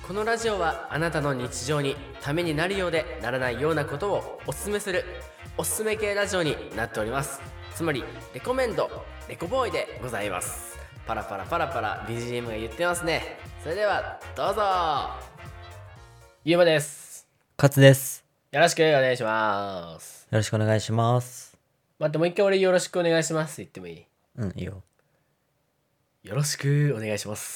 このラジオはあなたの日常にためになるようでならないようなことをおすすめするおすすめ系ラジオになっております。つまりレコメンドレコボーイでございます。パラパラパラパラ BGM が言ってますね。それではどうぞ。ゆうまです。 カツです。 よろしくお願いします。 よろしくお願いします。 待って、もう一回俺よろしくお願いしますって言ってもいい？ うん、いいよ。 よろしくお願いします。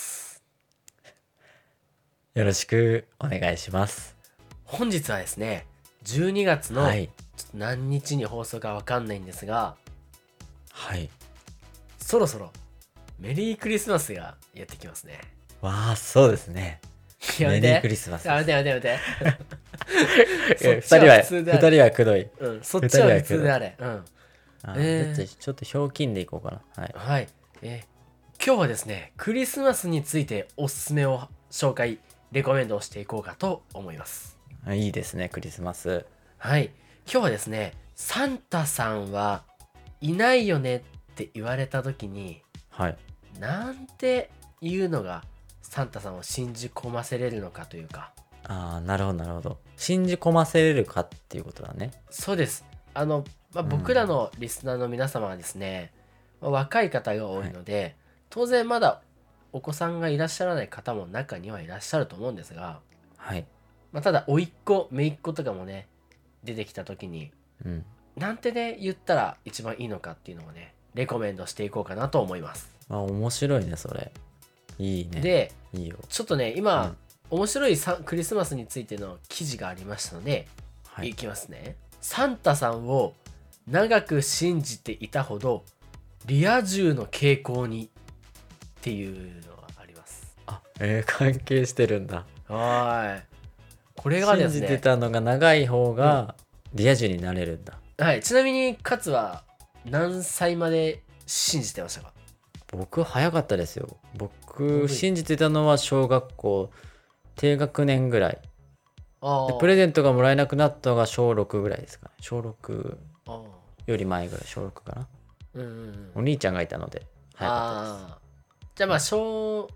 よろしくお願いします。 本日はですね、12月のはい。 ちょっと何日に放送かわかんないんですが、 はい。 そろそろメリークリスマスがやってきますね。 わあ、そうですね。 やめて。 メリークリスマスです。 やめてやめてやめて。 二そっち人は、 普通であれ。 二人はくどい。 うん、そっちは普通であれ。うん。 じゃあちょっとひょうきんでいこうかな。はい。 はい。今日はですね、クリスマスについておすすめを紹介、レコメンドをしていこうかと思います。 いいですね、クリスマス。 はい。今日はですね、サンタさんはいないよねって言われた時に、 はい。 なんていうのがサンタさんを信じ込ませれるのかというか。 なるほど、なるほど。信じ込ませれるかっていうことだね。 そうです。僕らのリスナーの皆様はですね、若い方が多いので、当然まだお子さんがいらっしゃらない方も中にはいらっしゃると思うんですが、 はい。 ただ甥っ子姪っ子とかもね出てきた時に、 うん。 なんてね言ったら一番いいのかっていうのをねレコメンドしていこうかなと思います。 面白いね、それ。いいね。 で、 いいよ。 ちょっとね今、面白いクリスマスについての記事がありましたので、いきますね。サンタさんを長く信じていたほどリア充の傾向にっていうのがあります。 関係してるんだ。 はい。これがですね。 信じてたのが長い方がリア充になれるんだ。 はい。ちなみに勝は何歳まで信じてましたか？ 僕早かったですよ。僕信じてたのは小学校低学年ぐらいで、プレゼントがもらえなくなったのが小6ぐらいですかね。小6より前ぐらい、小6かな。お兄ちゃんがいたので早かったです。 じゃあ小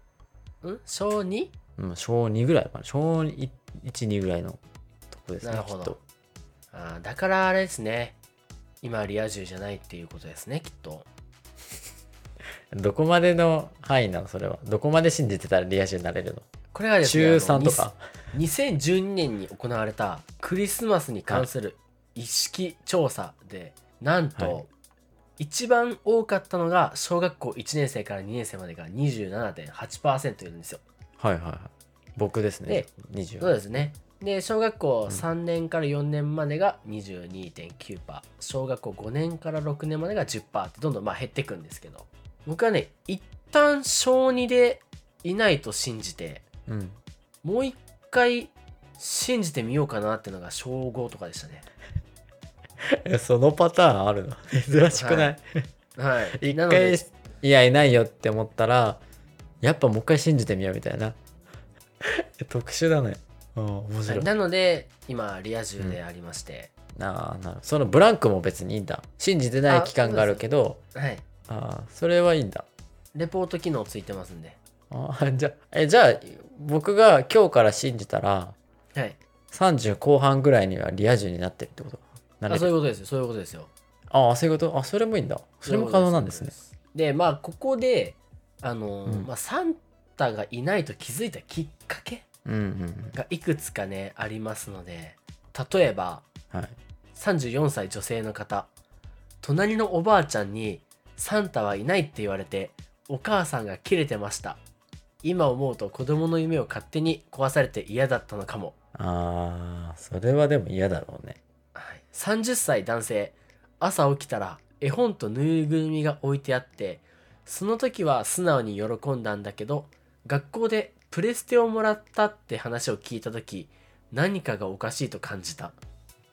2？ 小2ぐらいかな。小1、2ぐらいのとこですね。 なるほど。 きっと。 だからあれですね。今リア充じゃないっていうことですね、きっと。 どこまでの範囲なのそれは。どこまで信じてたらリア充になれるの？ これがですね、 中3とか 2012年に行われたクリスマスに関する意識調査で、なんと一番多かったのが小学校1年生から2年生までが 27.8% いるんですよ。 はいはいはい。僕ですね。 で、 20。 そうですね。で、小学校3年から4年までが 22.9%、小学校5年から6年までが 10% ってどんどん減っていくんですけど、僕はね、一旦小2でいないと信じて、もう一回信じてみようかなっていうのが小5とかでしたね。 そのパターンあるの珍しくない？ はい。 一回いないよって思ったらやっぱもう一回信じてみようみたいな特殊だね。面白い。 なので今リア充でありまして、 なるほど。そのブランクも別にいいんだ。信じてない期間があるけど、それはいいんだ。 レポート機能ついてますんで。 じゃあ僕が今日から信じたら、30後半ぐらいにはリア充になってるってことか？ そういうことですよ。そういうことですよ。 そういうこと。それもいいんだ。それも可能なんですね。 で、ここでサンタがいないと気づいたきっかけがいくつかねありますので、例えば、34歳女性の方、隣のおばあちゃんにサンタはいないって言われてお母さんがキレてました。今思うと子供の夢を勝手に壊されて嫌だったのかも。 それはでも嫌だろうね。 30歳男性、朝起きたら絵本とぬいぐるみが置いてあって、その時は素直に喜んだんだけど、学校でプレステをもらったって話を聞いた時、何かがおかしいと感じた。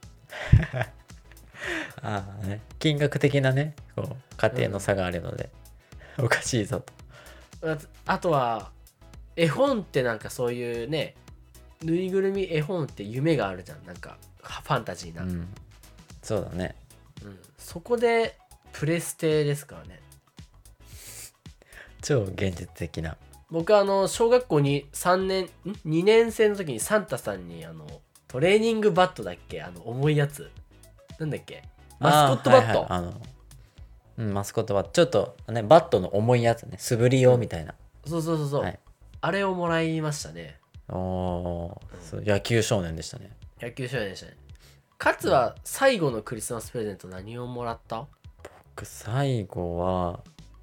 金額的なね、家庭の差があるので、おかしいぞと。 あとは絵本ってなんかそういうね、ぬいぐるみ絵本って夢があるじゃん。なんかファンタジーな。 そうだね。 そこでプレステですからね。 超現実的な。 僕小学校に3年2年生の時にサンタさんにトレーニングバットだっけ、重いやつなんだっけ、マスコットバット、 マスコットバット、ちょっとねバットの重いやつね、素振り用みたいな、 そうそうそうそう、はい、あれをもらいましたね。 そう野球少年でしたね。 野球少年でしたね。勝は最後のクリスマスプレゼント何をもらった？ 僕最後は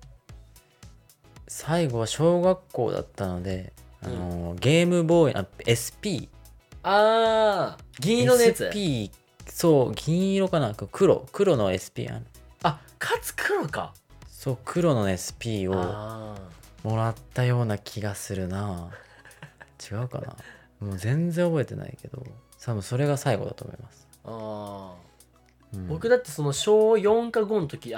小学校だったので、ゲームボーイSP、 銀色のやつ。 SP、 そう銀色かな、黒の SP、 勝黒か。 そう黒の SP をもらったような気がするな。違うかな、もう全然覚えてないけど、多分それが最後だと思います。 僕だってその小4か5の時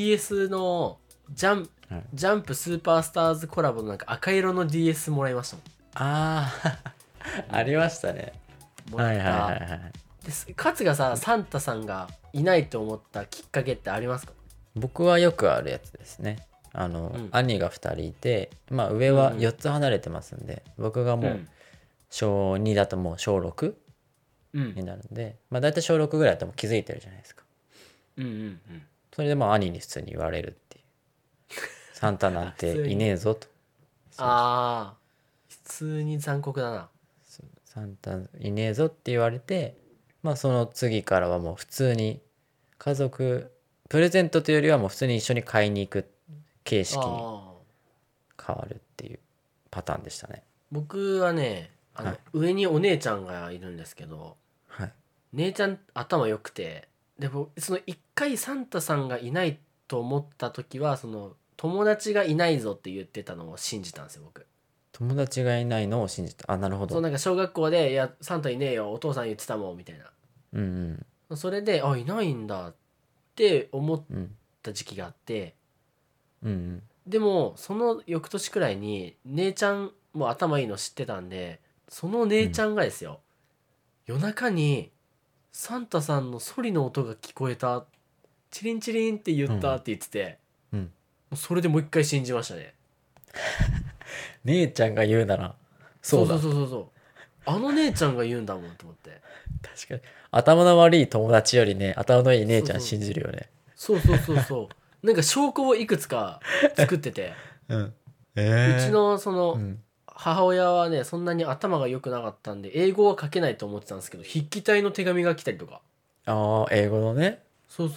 DS のジャンプスーパースターズコラボのなんか赤色の DS もらいましたもん。 ありましたね。 もらった。で勝がさ、サンタさんがいないと思ったきっかけってありますか？ 僕はよくあるやつですね。兄が2人いて、上は4つ離れてますんで、僕がもう小2だともう小6になるんで、だいたい小6ぐらいだともう気づいてるじゃないですか。それで兄に普通に言われるっていうサンタなんていねえぞと。 普通に残酷だな。 サンタいねえぞって言われて、その次からはもう普通に家族プレゼントというよりはもう普通に一緒に買いに行く形式に変わるっていうパターンでしたね。 僕はね上にお姉ちゃんがいるんですけど、姉ちゃん頭良くて、でその一回サンタさんがいないと思った時はその友達がいないぞって言ってたのを信じたんですよ僕。 友達がいないのを信じた。なるほど。 そうなんか小学校で「いやサンタいねえよ、お父さん言ってたもん」みたいな、それでいないんだって思った時期があって、でもその翌年くらいに姉ちゃんも頭いいの知ってたんで、その姉ちゃんがですよ、夜中にサンタさんのソリの音が聞こえた、チリンチリンって言ったって言ってて、もうそれでもう一回信じましたね。 姉ちゃんが言うならそうだ。 そう姉ちゃんが言うんだもんと思って。 確かに頭の悪い友達よりね、頭のいい姉ちゃん信じるよね。 そうなんか証拠をいくつか作っててうちのその、母親はねそんなに頭が良くなかったんで英語は書けないと思ってたんですけど、筆記体の手紙が来たりとか。 英語のね。 そう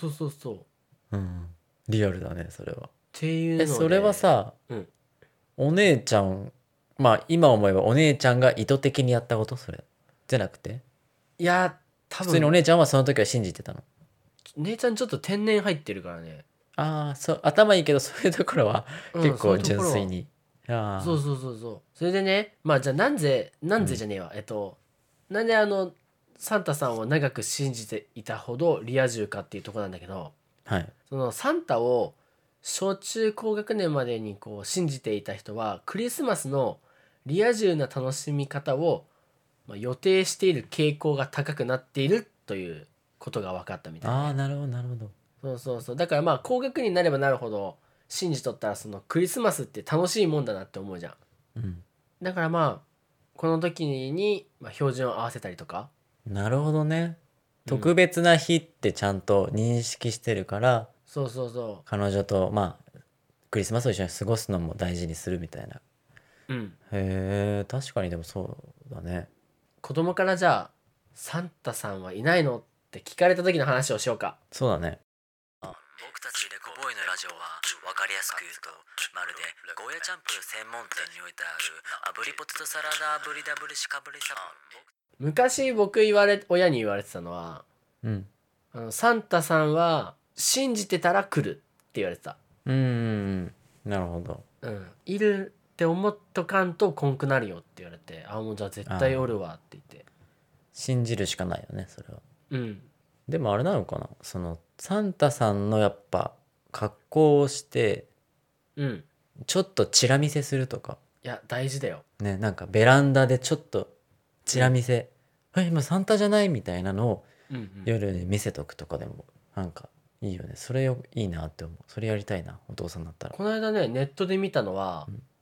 リアルだねそれは。 っていうのでそれはさ、お姉ちゃん今思えばお姉ちゃんが意図的にやったこと、それじゃなくて、 いや多分普通にお姉ちゃんはその時は信じてたの？ 姉ちゃんちょっと天然入ってるからね。 そう頭いいけどそういうところは結構純粋に、 そうそれでね、じゃあなんぜじゃねえわ、なんでサンタさんを長く信じていたほどリア充かっていうところなんだけど、そのサンタを小中高学年までにこう信じていた人はクリスマスのリア充な楽しみ方を予定している傾向が高くなっているということが分かったみたいな。 なるほど。 そうだから高学になればなるほど信じとったらそのクリスマスって楽しいもんだなって思うじゃん、だからこの時に標準を合わせたりとか。 なるほどね。特別な日ってちゃんと認識してるから、 そう彼女とクリスマスを一緒に過ごすのも大事にするみたいな。へえ、確かにでもそうだね。 子供からじゃあサンタさんはいないのって聞かれた時の話をしようか。 そうだね。 僕たちレコボーイのラジオは分かりやすく言うと、まるでゴーヤチャンプル専門店に置いてある炙りポテトサラダ炙りダブルしかぶりサバ。 昔僕親に言われてたのは、サンタさんは信じてたら来るって言われてた。 なるほど。 いるって思っとかんとこんくなるよって言われて、もうじゃあ絶対おるわって言って信じるしかないよねそれは。でもあれなのかな、そのサンタさんのやっぱ格好をして、ちょっとチラ見せするとか。 いや大事だよね。なんかベランダでちょっとチラ見せ、今サンタじゃないみたいなのを夜に見せとくとかでもなんかいいよね。それいいなって思う。それやりたいな、お父さんだったら。 この間ねネットで見たのは、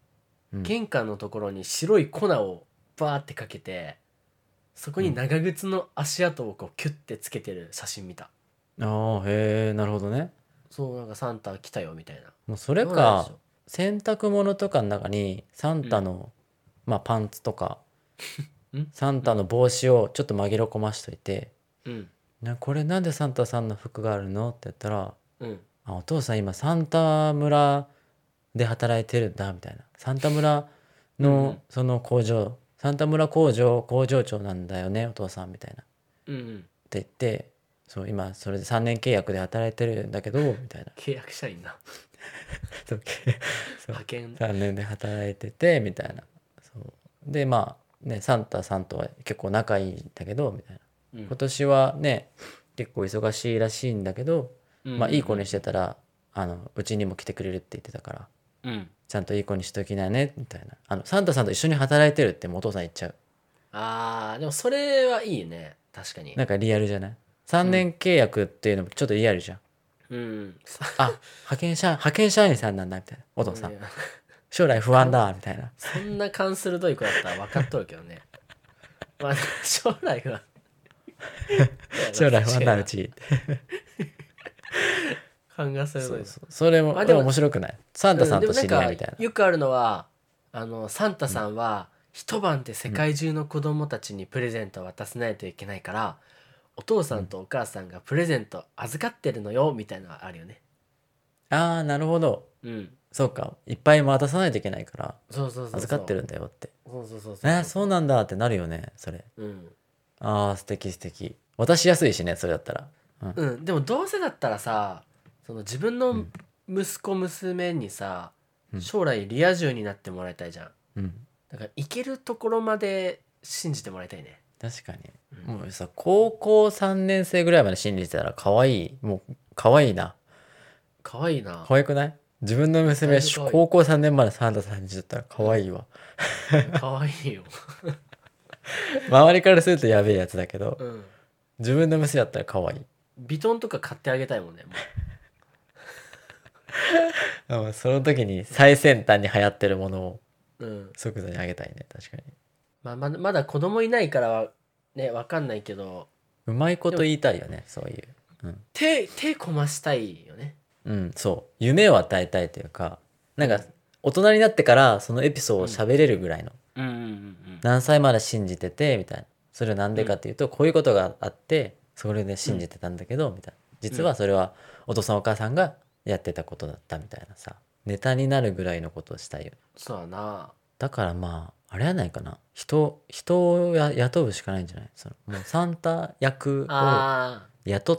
玄関のところに白い粉をバーってかけて、そこに長靴の足跡をこうキュッてつけてる写真見た。 ああ、へえ、なるほどね。 そう、なんかサンタ来たよみたいな。 もうそれか、洗濯物とかの中にサンタの、まあパンツとかサンタの帽子をちょっと紛れ込ましといて、これなんでサンタさんの服があるのって言ったら、お父さん今サンタ村で働いてるんだみたいな、サンタ村のその工場、サンタ村工場長なんだよねお父さんみたいな、って言って、そう今それで3年契約で働いてるんだけどみたいな。 契約社員な。 そう派遣 3年で働いててみたいな。そうでまあね、サンタさんとは結構仲いいんだけどみたいな、今年はね結構忙しいらしいんだけど、まあいい子にしてたらうちにも来てくれるって言ってたから、ちゃんといい子にしときなねみたいな。サンタさんと一緒に働いてるってもうお父さん言っちゃう。 あーでもそれはいいね、確かに。 なんかリアルじゃない？3年契約っていうのもちょっとリアルじゃん。あ、派遣社員さんなんだみたいな、お父さん将来不安だみたいな。 そんな勘鋭い子だったら分かっとるけどね。まあ将来は将来不安なうち勘が鋭い。 それも面白くない？サンタさんと知り合いみたいな。 よくあるのはサンタさんは一晩で世界中の子供たちにプレゼントを渡さないといけないから、お父さんとお母さんがプレゼント預かってるのよみたいなのがあるよね。 ああ、なるほど。そうか、いっぱい渡さないといけないから預かってるんだよって。そうなんだってなるよねそれ。ああ素敵素敵。渡しやすいしねそれだったら。 でもどうせだったらさ、その自分の息子娘にさ、将来リア充になってもらいたいじゃん。だから行けるところまで信じてもらいたいね。 確かに、もうさ高校3年生ぐらいまで信じてたら可愛い。もう可愛いな。 可愛いな。 可愛くない？自分の娘高校3年までサンタさんにしてたら可愛いわ。 可愛いよ。 周りからするとやべえやつだけど、自分の娘だったら可愛い。 ビトンとか買ってあげたいもんね。 もうその時に最先端に流行ってるものを即座にあげたいね。確かに。 まだ子供いないからはね分かんないけど、 うまいこと言いたいよねそういう、 手こましたいよね。 そう夢を与えたいというか、なんか大人になってからそのエピソードを喋れるぐらいの、何歳まで信じててみたいな。それは何でかっていうと、こういうことがあってそれで信じてたんだけどみたいな、実はそれはお父さんお母さんがやってたことだったみたいなさ、ネタになるぐらいのことをしたいよ。 そうだな。 だからまああれやないかな、人を雇うしかないんじゃない？もうサンタ役を雇って、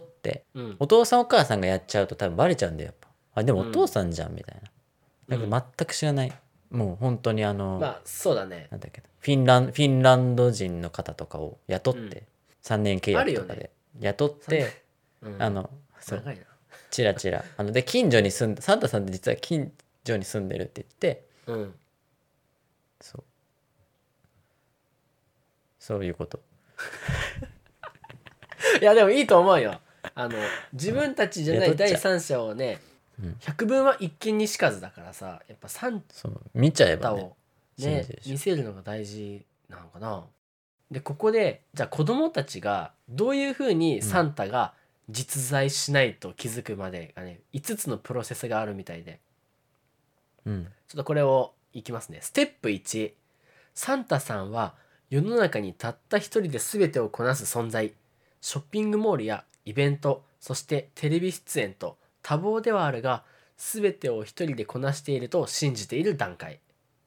お父さんお母さんがやっちゃうと多分バレちゃうんだよやっぱ。でもお父さんじゃんみたいな。だから全く知らない、もう本当にまあそうだね。 なんだっけ、フィンランド人の方とかを雇って、3年契約とかで雇って、そうチラチラで近所に住んで、サンタさんって実は近所に住んでるって言って、そういうこといやでもいいと思うよ。自分たちじゃない第三者をね、百聞は一見にしかずだからさ、やっぱサン見ちゃえばタをね見せるのが大事なのかな。でここでじゃあ子供たちがどういうふうにサンタが実在しないと気づくまでがね、5つのプロセスがあるみたいで、ちょっとこれをいきますね。ステップ1、サンタさんは世の中にたった一人で全てをこなす存在。ショッピングモールやイベント、そしてテレビ出演と多忙ではあるが全てを一人でこなしていると信じている段階。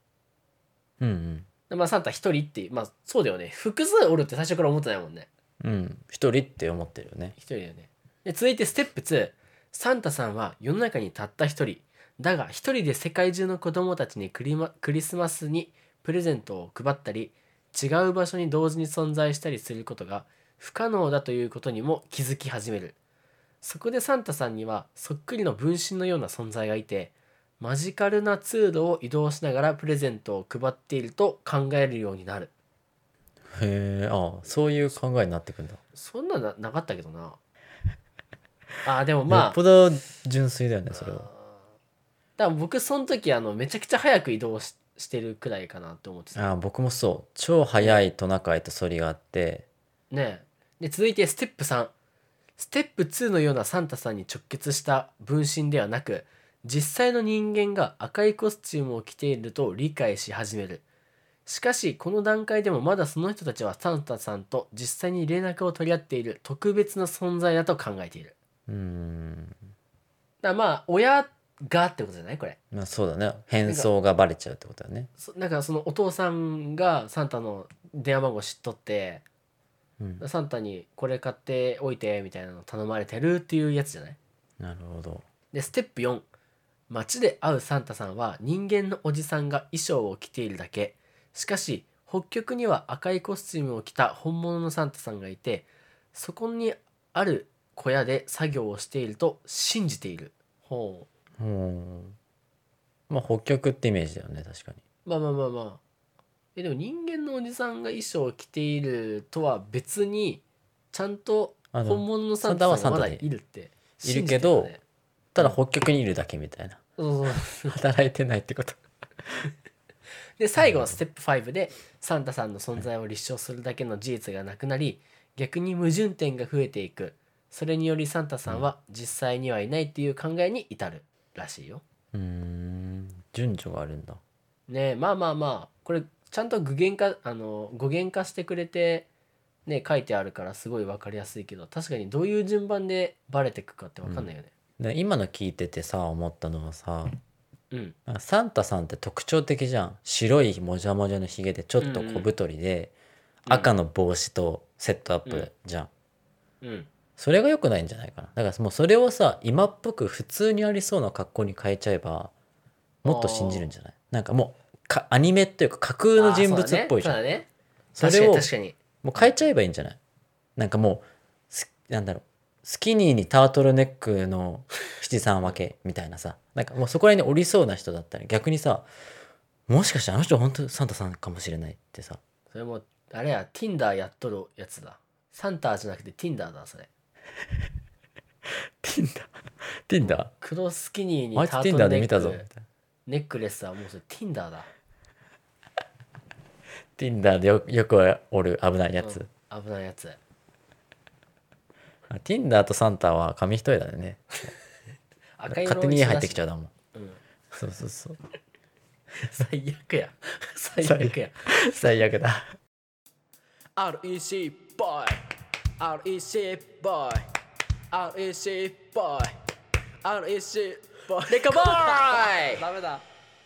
まあサンタ一人っていう、まあそうだよね、複数おるって最初から思ってないもんね。 一人って思ってるよね。 一人だよね。で続いてステップ2、サンタさんは世の中にたった一人だが一人で世界中の子供たちにクリスマスにプレゼントを配ったり違う場所に同時に存在したりすることが不可能だということにも気づき始める。そこでサンタさんにはそっくりの分身のような存在がいて、マジカルな通路を移動しながらプレゼントを配っていると考えるようになる。 へえ、そういう考えになってくんだ。 そんな なかったけどな。でもまあよっぽど純粋だよねそれは。 だから僕その時めちゃくちゃ早く移動ししてるくらいかなって思ってた。 あ、僕もそう。超速いトナカイとソリがあってね。で続いてステップ3、ステップ2のようなサンタさんに直結した分身ではなく、実際の人間が赤いコスチュームを着ていると理解し始める。しかしこの段階でもまだその人たちはサンタさんと実際に連絡を取り合っている特別な存在だと考えている。だからまあ親がってことじゃないこれ。 まあそうだね。変装がバレちゃうってことだね。 だからそのお父さんがサンタの電話番号知っとって、サンタにこれ買っておいてみたいなの頼まれてるっていうやつじゃない。 なるほど。 でステップ4、街で会うサンタさんは人間のおじさんが衣装を着ているだけ。しかし北極には赤いコスチュームを着た本物のサンタさんがいて、そこにある小屋で作業をしていると信じている。ほう。 まあ北極ってイメージだよね、確かに。 まあでも人間のおじさんが衣装を着ているとは別にちゃんと本物のサンタさんがまだいるっているけど、ただ北極にいるだけみたいな。働いてないってことで最後はステップ5でサンタさんの存在を立証するだけの事実がなくなり、逆に矛盾点が増えていく。それによりサンタさんは実際にはいないっていう考えに至るらしいよ。 順序があるんだね。まあこれちゃんと語源化してくれてね書いてあるからすごい分かりやすいけど、確かにどういう順番でバレてくかって分かんないよね。 で今の聞いててさ思ったのはさ、サンタさんって特徴的じゃん。白いもじゃもじゃのひげでちょっと小太りで、赤の帽子とセットアップじゃん、それが良くないんじゃないかな。だからもうそれをさ今っぽく普通にありそうな格好に変えちゃえばもっと信じるんじゃない。なんかもうアニメっていうか架空の人物っぽいじゃん。それをもう変えちゃえばいいんじゃない。なんかもうなんだろう、スキニーにタートルネックの七三分けみたいなさ、なんかもうそこら辺におりそうな人だったら逆にさ、もしかしてあの人本当サンタさんかもしれないってさ。 それもあれや Tinder やっとるやつだ。サンタじゃなくて Tinder だそれ。 Tinder 黒スキニーにタートルネックネックレスはもうそれ Tinder だ。 Tinder でよくおる危ないやつ、 危ないやつ。 Tinder とサンタは紙一重だね勝手に家入ってきちゃうだもん、そう最悪や最悪だ。 REC ボーイ REC ボーイ REC ボーイ REC ボーイレカボーイダメだ。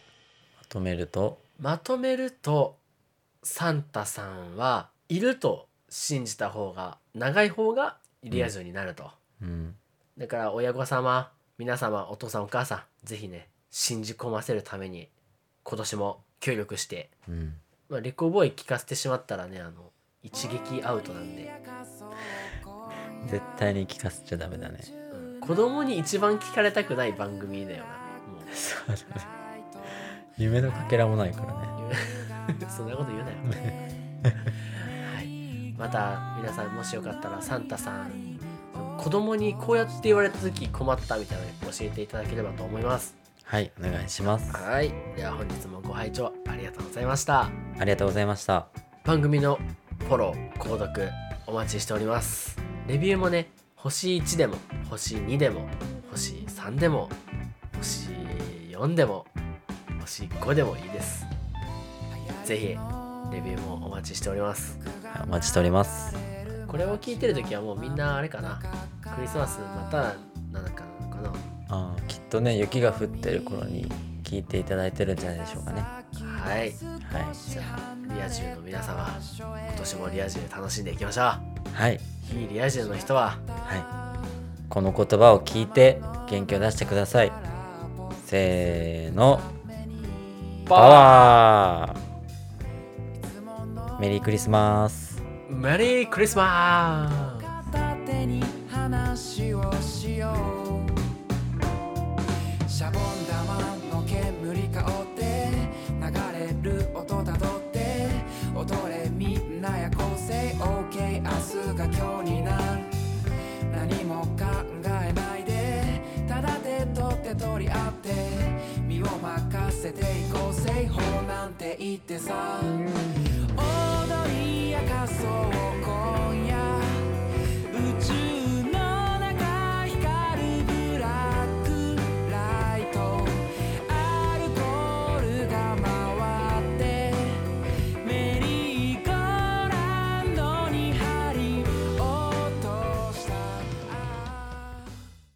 まとめるとサンタさんはいると信じた方が長い方がリア充になると、だから親御様皆様お父さんお母さんぜひね信じ込ませるために今年も協力して、レコボーイ聞かせてしまったらね一撃アウトなんで絶対に聞かせちゃダメだね、 子供に一番聞かれたくない番組だよな。もうそうだね、夢のかけらもないからねそんなこと言うなよはい、また皆さんもしよかったらサンタさん子供にこうやって言われた時困ったみたいなの教えていただければと思います。 はい、お願いします。 はい、では本日もご拝聴ありがとうございました。 ありがとうございました。 番組のフォロー購読お待ちしております。レビューもね星1でも星2でも星3でも星4でも星5でもいいです。ぜひレビューもお待ちしております。 お待ちしております。 これを聞いてるときはもうみんなあれかな、クリスマスまたなのかな。 きっとね雪が降ってる頃に聞いていただいてるんじゃないでしょうかね。 はい、じゃあリア充の皆様今年もリア充楽しんでいきましょう。 はい、 非リア充の人は、 この言葉を聞いて元気を出してください。せーの、パワー。メリークリスマス。 メリークリスマス。 片手に話をしよう。シャボン玉の煙香って流れる音たどって踊れみんなや構成 OK 明日が今日になる。何も考えないでただ手とと手取り合って身を任せていこう。製法なんて言ってさ